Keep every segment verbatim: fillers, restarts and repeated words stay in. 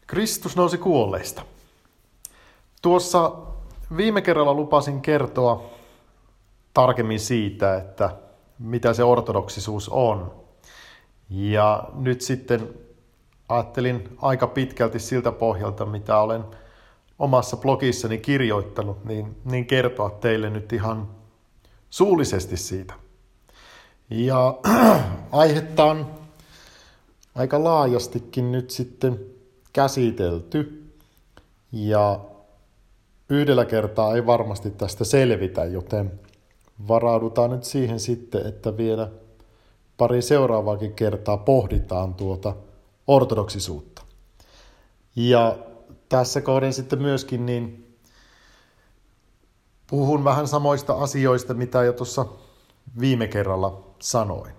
Kristus nousi kuolleista. Tuossa viime kerralla lupasin kertoa tarkemmin siitä, että mitä se ortodoksisuus on. Ja nyt sitten ajattelin aika pitkälti siltä pohjalta, mitä olen omassa blogissani kirjoittanut, niin, niin kertoa teille nyt ihan suullisesti siitä. Ja aihetta on aika laajastikin nyt sitten käsitelty ja yhdellä kertaa ei varmasti tästä selvitä, joten varaudutaan nyt siihen sitten, että vielä pari seuraavaakin kertaa pohditaan tuota ortodoksisuutta. Ja tässä kohden sitten myöskin niin puhun vähän samoista asioista, mitä jo tuossa viime kerralla sanoin.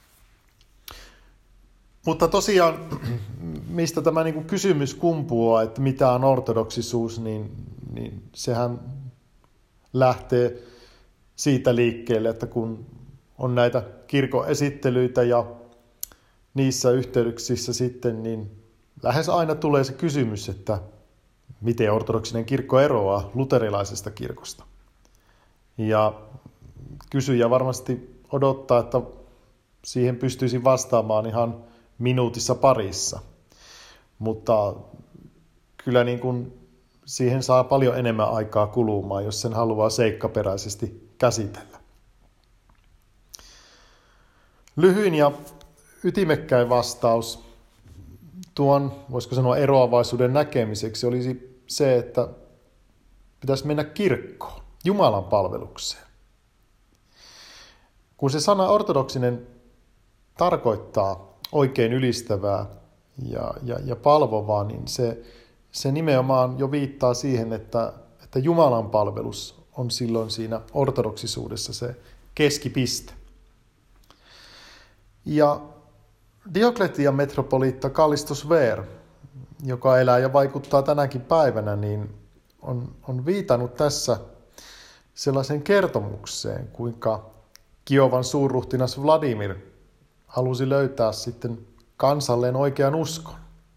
Mutta tosiaan, mistä tämä niin kuin kysymys kumpuaa, että mitä on ortodoksisuus, niin, niin sehän lähtee siitä liikkeelle, että kun on näitä kirkon esittelyitä ja niissä yhteyksissä sitten, niin lähes aina tulee se kysymys, että miten ortodoksinen kirkko eroaa luterilaisesta kirkosta. Ja kysyjä varmasti odottaa, että siihen pystyisi vastaamaan ihan minuutissa parissa, mutta kyllä niin kuin siihen saa paljon enemmän aikaa kulumaan, jos sen haluaa seikkaperäisesti käsitellä. Lyhyin ja ytimekkäin vastaus tuon, voisiko sanoa eroavaisuuden näkemiseksi, olisi se, että pitäisi mennä kirkkoon, Jumalan palvelukseen. Kun se sana ortodoksinen tarkoittaa oikein ylistävää ja, ja, ja palvovaa, niin se, se nimenomaan jo viittaa siihen, että, että Jumalan palvelus on silloin siinä ortodoksisuudessa se keskipiste. Ja Diokletian metropoliitta Kallistos Ver, joka elää ja vaikuttaa tänäkin päivänä, niin on, on viitannut tässä sellaisen kertomukseen, kuinka Kiovan suurruhtinas Vladimir halusi löytää sitten kansalleen oikean uskon.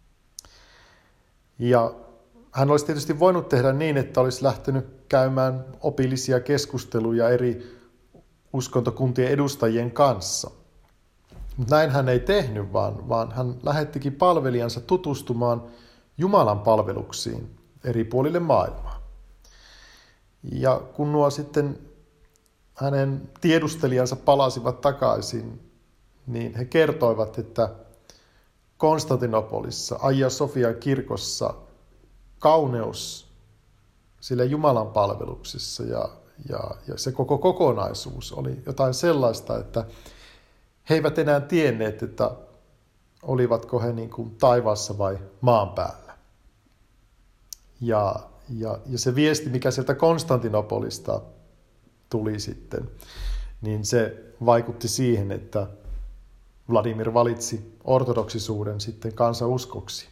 Ja hän olisi tietysti voinut tehdä niin, että olisi lähtenyt käymään opillisia keskusteluja eri uskontokuntien edustajien kanssa. Mutta näin hän ei tehnyt, vaan, vaan hän lähettikin palvelijansa tutustumaan Jumalan palveluksiin eri puolille maailmaa. Ja kun nuo sitten hänen tiedustelijansa palasivat takaisin, niin he kertoivat, että Konstantinopolissa, Hagia Sofian kirkossa kauneus sillä Jumalan palveluksessa ja, ja, ja se koko kokonaisuus oli jotain sellaista, että he eivät enää tienneet, että olivatko he niin kuin taivaassa vai maan päällä. Ja, ja, ja se viesti, mikä sieltä Konstantinopolista tuli sitten, niin se vaikutti siihen, että Vladimir valitsi ortodoksisuuden sitten kansauskoksi.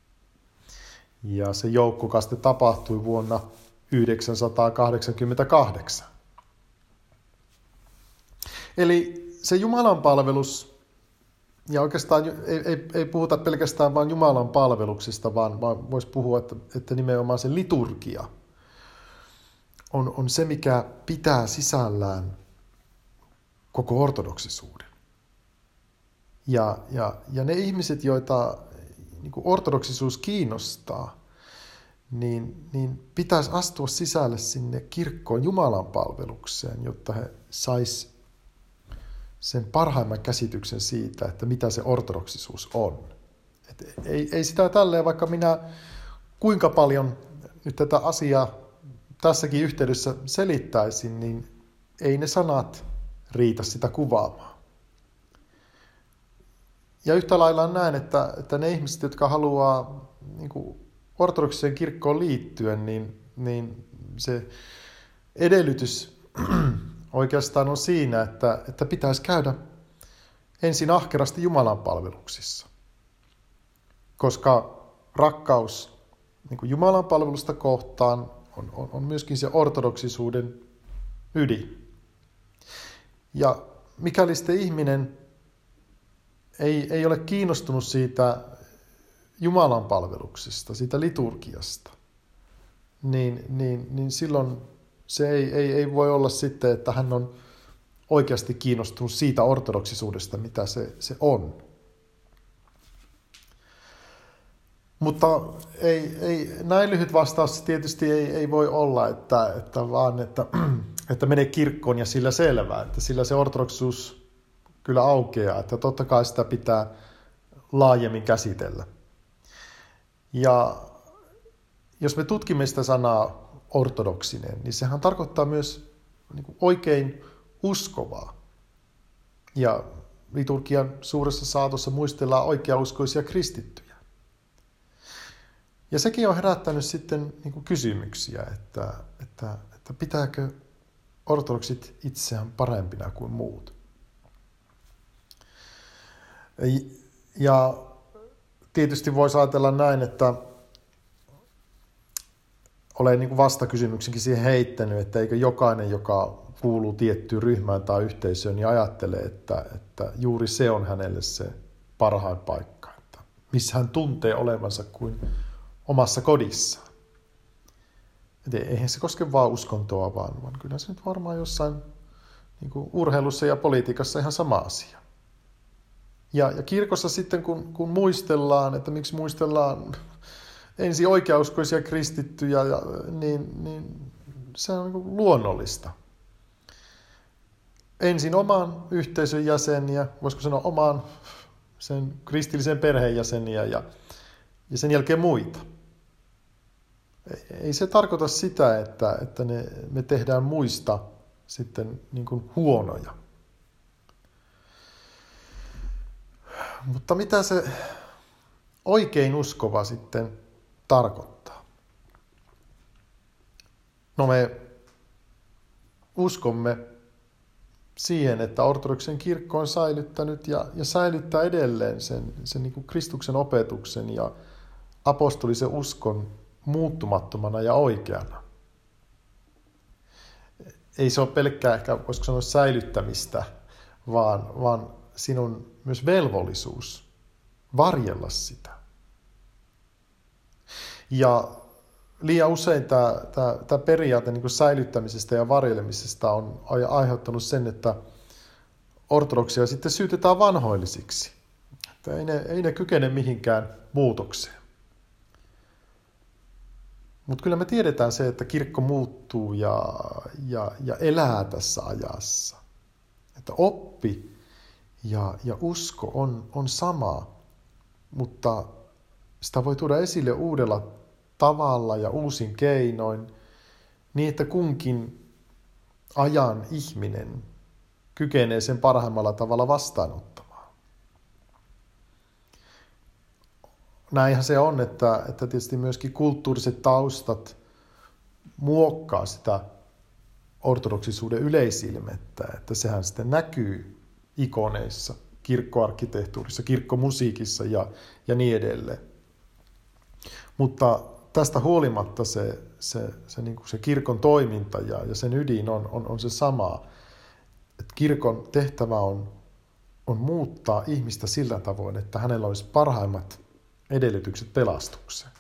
Ja se joukkokaste tapahtui vuonna yhdeksänsataakahdeksankymmentäkahdeksan. Eli se Jumalan palvelus, ja oikeastaan ei, ei, ei puhuta pelkästään vain Jumalan palveluksesta, vaan, vaan voisi puhua, että, että nimenomaan se liturgia on, on se, mikä pitää sisällään koko ortodoksisuuden. Ja, ja, ja ne ihmiset, joita niin kuin ortodoksisuus kiinnostaa, niin, niin pitäisi astua sisälle sinne kirkkoon Jumalan palvelukseen, jotta he sais sen parhaimman käsityksen siitä, että mitä se ortodoksisuus on. Et ei, ei sitä tälleen, vaikka minä kuinka paljon nyt tätä asiaa tässäkin yhteydessä selittäisin, niin ei ne sanat riitä sitä kuvaamaan. Ja yhtä lailla näen, että, että ne ihmiset, jotka haluaa niin kuin ortodoksiseen kirkkoon liittyä, niin, niin se edellytys oikeastaan on siinä, että, että pitäisi käydä ensin ahkerasti Jumalan palveluksissa. Koska rakkaus niin kuin Jumalan palvelusta kohtaan on, on, on myöskin se ortodoksisuuden ydin. Ja mikäli sitten ihminen ei, ei ole kiinnostunut siitä Jumalan palveluksesta, siitä liturgiasta, niin, niin, niin silloin se ei, ei, ei voi olla sitten, että hän on oikeasti kiinnostunut siitä ortodoksisuudesta, mitä se, se on. Mutta ei, ei, näin lyhyt vastaus tietysti ei, ei voi olla, että, että vaan että, että mene kirkkoon ja sillä selvää, että sillä se ortodoksisuus kyllä aukeaa, että totta kai sitä pitää laajemmin käsitellä. Ja jos me tutkimme sitä sanaa ortodoksinen, niin sehän tarkoittaa myös niin kuin oikein uskovaa. Ja liturgian suuressa saatossa muistellaan oikeauskoisia kristittyjä. Ja sekin on herättänyt sitten niin kuin kysymyksiä, että, että, että pitääkö ortodoksit itseään parempina kuin muut. Ja tietysti voisi ajatella näin, että olen niin kuin vastakysymyksenkin siihen heittänyt, että eikö jokainen, joka kuuluu tiettyyn ryhmään tai yhteisöön, niin ajattelee, että, että juuri se on hänelle se parhain paikka, että missä hän tuntee olevansa kuin omassa kodissaan. Et eihän se koske vaan uskontoa, vaan, vaan kyllä se nyt varmaan jossain niin kuin urheilussa ja politiikassa ihan sama asia. Ja, ja kirkossa sitten, kun, kun muistellaan, että miksi muistellaan ensin oikeauskoisia kristittyjä, ja, niin, niin se on niin kuin luonnollista. Ensin oman yhteisön jäseniä, voisiko sanoa oman sen kristillisen perheen jäseniä ja, ja sen jälkeen muita. Ei se tarkoita sitä, että, että ne, me tehdään muista sitten niin kuin huonoja. Mutta mitä se oikein uskova sitten tarkoittaa? No me uskomme siihen, että ortodoksen kirkko on säilyttänyt ja, ja säilyttää edelleen sen, sen niin kuin Kristuksen opetuksen ja apostolisen uskon muuttumattomana ja oikeana. Ei se ole pelkkää ehkä, voisiko sanoa, säilyttämistä, vaan, vaan sinun myös velvollisuus varjella sitä. Ja liian usein tämä, tämä, tämä periaate niin kuin säilyttämisestä ja varjelemisesta on aiheuttanut sen, että ortodoksia sitten syytetään vanhoillisiksi. Että ei ne, ei ne kykene mihinkään muutokseen. Mutta kyllä me tiedetään se, että kirkko muuttuu ja, ja, ja elää tässä ajassa. Että oppi ja, ja usko on, on sama, mutta sitä voi tuoda esille uudella tavalla ja uusin keinoin, niin että kunkin ajan ihminen kykenee sen parhaimmalla tavalla vastaanottamaan. Näinhän se on, että, että tietysti myöskin kulttuuriset taustat muokkaa sitä ortodoksisuuden yleisilmettä, että sehän sitten näkyy ikoneissa, kirkkoarkkitehtuurissa, kirkkomusiikissa ja, ja niin edelleen. Mutta tästä huolimatta se, se, se, niin kuin se kirkon toiminta ja, ja sen ydin on, on, on se sama. Että kirkon tehtävä on, on muuttaa ihmistä sillä tavoin, että hänellä olisi parhaimmat edellytykset pelastukseen.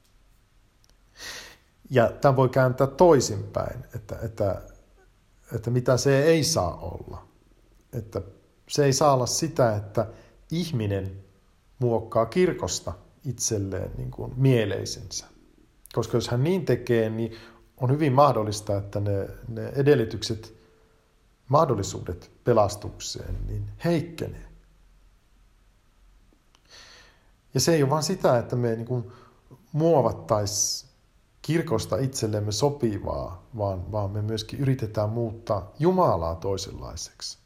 Ja tämän voi kääntää toisinpäin, että, että, että mitä se ei saa olla. Että se ei saa olla sitä, että ihminen muokkaa kirkosta itselleen niin kuin mieleisensä. Koska jos hän niin tekee, niin on hyvin mahdollista, että ne, ne edellytykset, mahdollisuudet pelastukseen niin heikkenee. Ja se ei ole vain sitä, että me niin kuin muovattaisiin kirkosta itsellemme sopivaa, vaan, vaan me myöskin yritetään muuttaa Jumalaa toisenlaiseksi.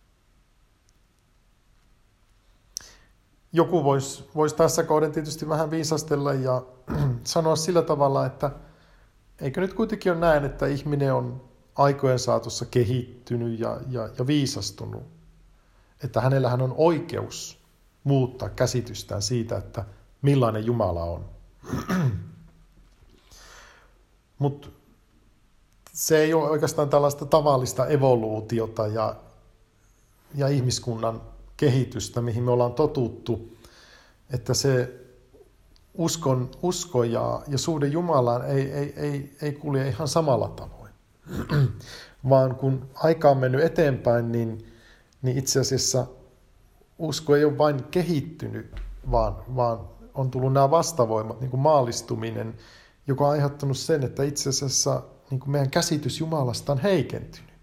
Joku voisi vois tässä kohden tietysti vähän viisastella ja sanoa sillä tavalla, että eikö nyt kuitenkin ole näin, että ihminen on aikojen saatossa kehittynyt ja, ja, ja viisastunut. Että hänellähän on oikeus muuttaa käsitystään siitä, että millainen Jumala on. Mutta se ei ole oikeastaan tällaista tavallista evoluutiota ja, ja ihmiskunnan kehitystä, mihin me ollaan totuttu, että se uskon, usko ja, ja suhde Jumalaan ei, ei, ei, ei kulje ihan samalla tavoin. Vaan kun aika on mennyt eteenpäin, niin, niin itse asiassa usko ei ole vain kehittynyt, vaan, vaan on tullut nämä vastavoimat, niin kuin maallistuminen, joka on aiheuttanut sen, että itse asiassa niin kuin meidän käsitys Jumalasta on heikentynyt.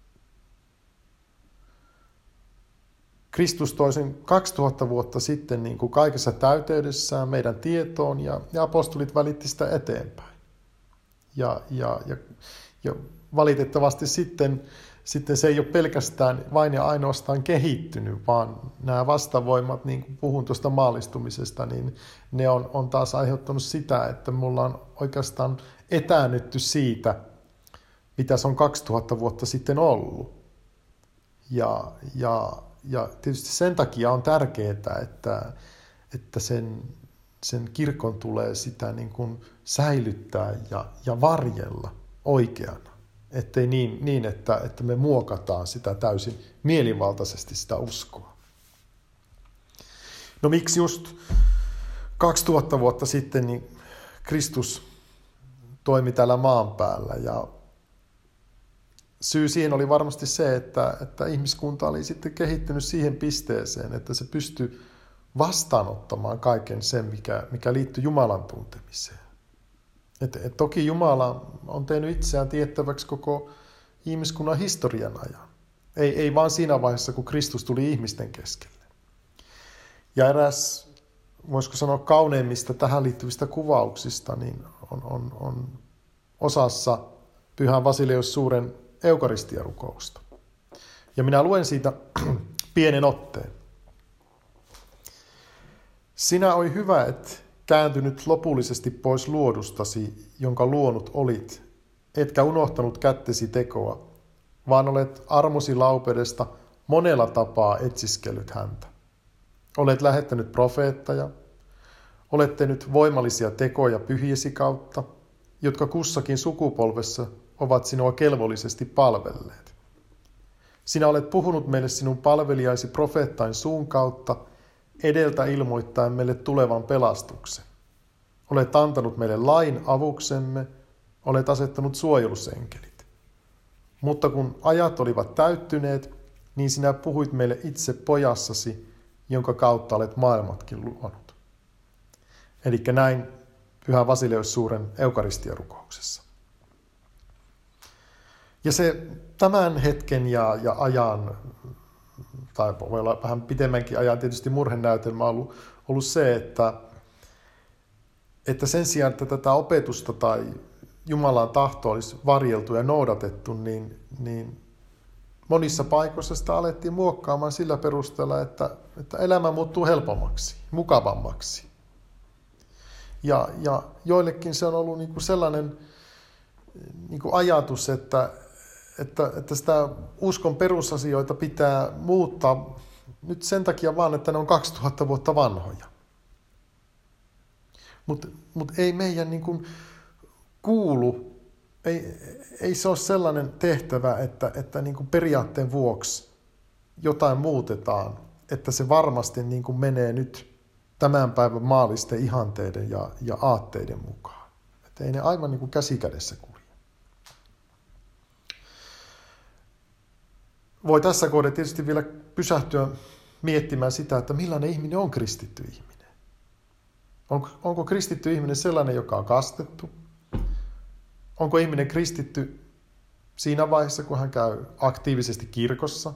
Kristus toi sen kaksituhatta vuotta sitten niin kuin kaikessa täyteydessään meidän tietoon ja, ja apostolit välitti sitä eteenpäin. Ja, ja, ja, ja valitettavasti sitten, sitten se ei ole pelkästään vain ja ainoastaan kehittynyt, vaan nämä vastavoimat, niin kuin puhun tuosta maallistumisesta, niin ne on, on taas aiheuttanut sitä, että mulla on oikeastaan etäännytty siitä, mitä se on kaksituhatta vuotta sitten ollut. Ja, ja, ja tietysti sen takia on tärkeää, että, että sen, sen kirkon tulee sitä niin kuin säilyttää ja, ja varjella oikeana. Ettei niin, niin että, että me muokataan sitä täysin mielivaltaisesti sitä uskoa. No miksi just kaksituhatta vuotta sitten niin Kristus toimi täällä maan päällä? Ja syy siihen oli varmasti se, että, että ihmiskunta oli sitten kehittynyt siihen pisteeseen, että se pystyi vastaanottamaan kaiken sen, mikä, mikä liittyy Jumalan tuntemiseen. Et, et toki Jumala on tehnyt itseään tiettäväksi koko ihmiskunnan historian ajan. Ei, ei vaan siinä vaiheessa, kun Kristus tuli ihmisten keskelle. Ja eräs, voisiko sanoa kauneimmista tähän liittyvistä kuvauksista, niin on, on, on osassa Pyhän Vasileus suuren eukaristiarukousta. Ja minä luen siitä pienen otteen. Sinä oi hyvä, et kääntynyt lopullisesti pois luodustasi, jonka luonut olit, etkä unohtanut kättesi tekoa, vaan olet armosi laupeudesta monella tapaa etsiskellyt häntä. Olet lähettänyt profeettaja, olet tehnyt voimallisia tekoja pyhiesi kautta, jotka kussakin sukupolvessa ovat sinua kelvollisesti palvelleet. Sinä olet puhunut meille sinun palvelijaisi profeettain suun kautta, edeltä ilmoittaen meille tulevan pelastuksen. Olet antanut meille lain avuksemme, olet asettanut suojelusenkelit. Mutta kun ajat olivat täyttyneet, niin sinä puhuit meille itse pojassasi, jonka kautta olet maailmatkin luonut. Eli näin Pyhä Vasileus suuren eukaristiarukouksessa. Ja se tämän hetken ja, ja ajan, tai voi olla vähän pitemmänkin ajan tietysti murhenäytelmä on ollut, ollut se, että, että sen sijaan, että tätä opetusta tai Jumalan tahtoa olisi varjeltu ja noudatettu, niin, niin monissa paikoissa sitä alettiin muokkaamaan sillä perusteella, että, että elämä muuttuu helpommaksi, mukavammaksi. Ja, ja joillekin se on ollut niin kuin sellainen niin kuin ajatus, että, että, että sitä uskon perusasioita pitää muuttaa nyt sen takia vaan, että ne on kaksituhatta vuotta vanhoja. Mutta mut ei meidän niin kuin kuulu, ei, ei se ole sellainen tehtävä, että, että niin kuin periaatteen vuoksi jotain muutetaan, että se varmasti niin kuin menee nyt tämän päivän maallisten ihanteiden ja, ja aatteiden mukaan. Että ei ne aivan niin kuin käsi kädessä kulje. Voi tässä kohdassa tietysti vielä pysähtyä miettimään sitä, että millainen ihminen on kristitty ihminen. Onko, onko kristitty ihminen sellainen, joka on kastettu? Onko ihminen kristitty siinä vaiheessa, kun hän käy aktiivisesti kirkossa?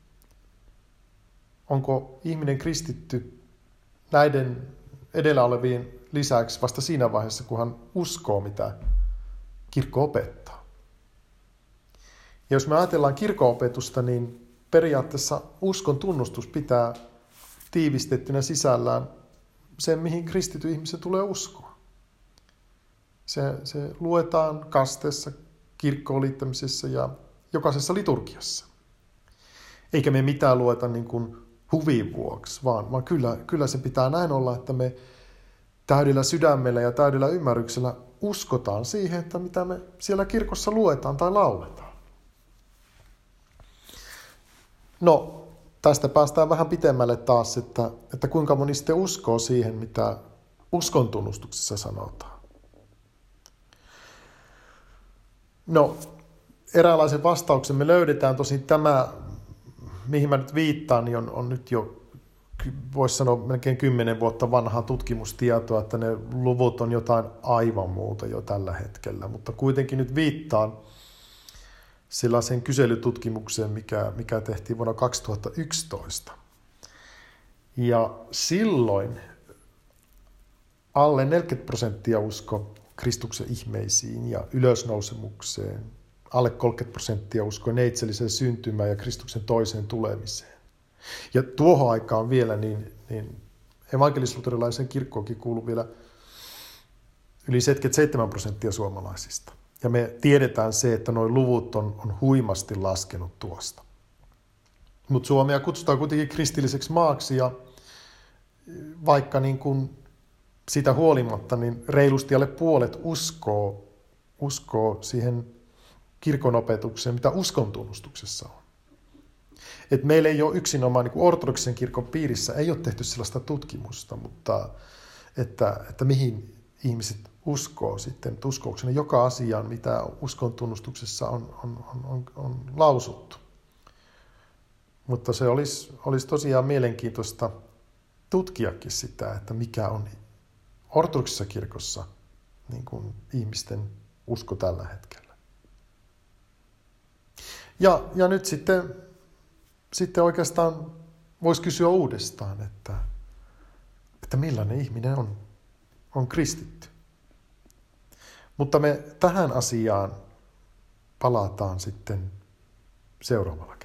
Onko ihminen kristitty näiden edellä olevien lisäksi vasta siinä vaiheessa, kun hän uskoo, mitä kirkko opettaa? Ja jos me ajatellaan kirkko-opetusta, niin periaatteessa uskon tunnustus pitää tiivistettynä sisällään sen, mihin kristitty ihmisen tulee uskoa. Se, se luetaan kasteessa, kirkkoon liittämisessä ja jokaisessa liturgiassa. Eikä me mitään lueta niin kuin huvin vuoksi, vaan, vaan kyllä, kyllä se pitää näin olla, että me täydellä sydämellä ja täydellä ymmärryksellä uskotaan siihen, että mitä me siellä kirkossa luetaan tai lauletaan. No, tästä päästään vähän pitemmälle taas, että, että kuinka moni sitten uskoo siihen, mitä uskontunnustuksessa sanotaan? No, eräänlaisen vastauksen me löydetään. Tosin tämä, mihin mä nyt viittaan, niin on, on nyt jo, voisi sanoa, melkein kymmenen vuotta vanhaa tutkimustietoa, että ne luvut on jotain aivan muuta jo tällä hetkellä. Mutta kuitenkin nyt viittaan sellaiseen kyselytutkimukseen, mikä, mikä tehtiin vuonna kaksituhattayksitoista. Ja silloin alle neljäkymmentä prosenttia usko Kristuksen ihmeisiin ja ylösnousemukseen. Alle kolmekymmentä prosenttia uskoi neitselliseen syntymään ja Kristuksen toiseen tulemiseen. Ja tuohon aikaan vielä niin, niin evankelis-luterilaisen kirkkoonkin kuului vielä yli seitsemänkymmentäseitsemän prosenttia suomalaisista. Ja me tiedetään se, että nuo luvut on, on huimasti laskenut tuosta. Mutta Suomea kutsutaan kuitenkin kristilliseksi maaksi ja vaikka niin kuin sitä huolimatta, niin reilusti alle puolet uskoo, uskoo siihen kirkon opetukseen, mitä uskontunnustuksessa on. Et meillä ei ole yksinomaan niin kuin ortodoksisen kirkon piirissä, ei ole tehty sellaista tutkimusta, mutta että, että mihin ihmiset uskoo sitten, uskooko ne joka asiaan, mitä uskontunnustuksessa on, on, on, on, on lausuttu. Mutta se olisi, olisi tosiaan mielenkiintoista tutkiakin sitä, että mikä on ortodoksisessa kirkossa niin kuin ihmisten usko tällä hetkellä. Ja, ja nyt sitten, sitten oikeastaan voisi kysyä uudestaan, että, että millainen ihminen on, on kristitty. Mutta me tähän asiaan palataan sitten seuraavalla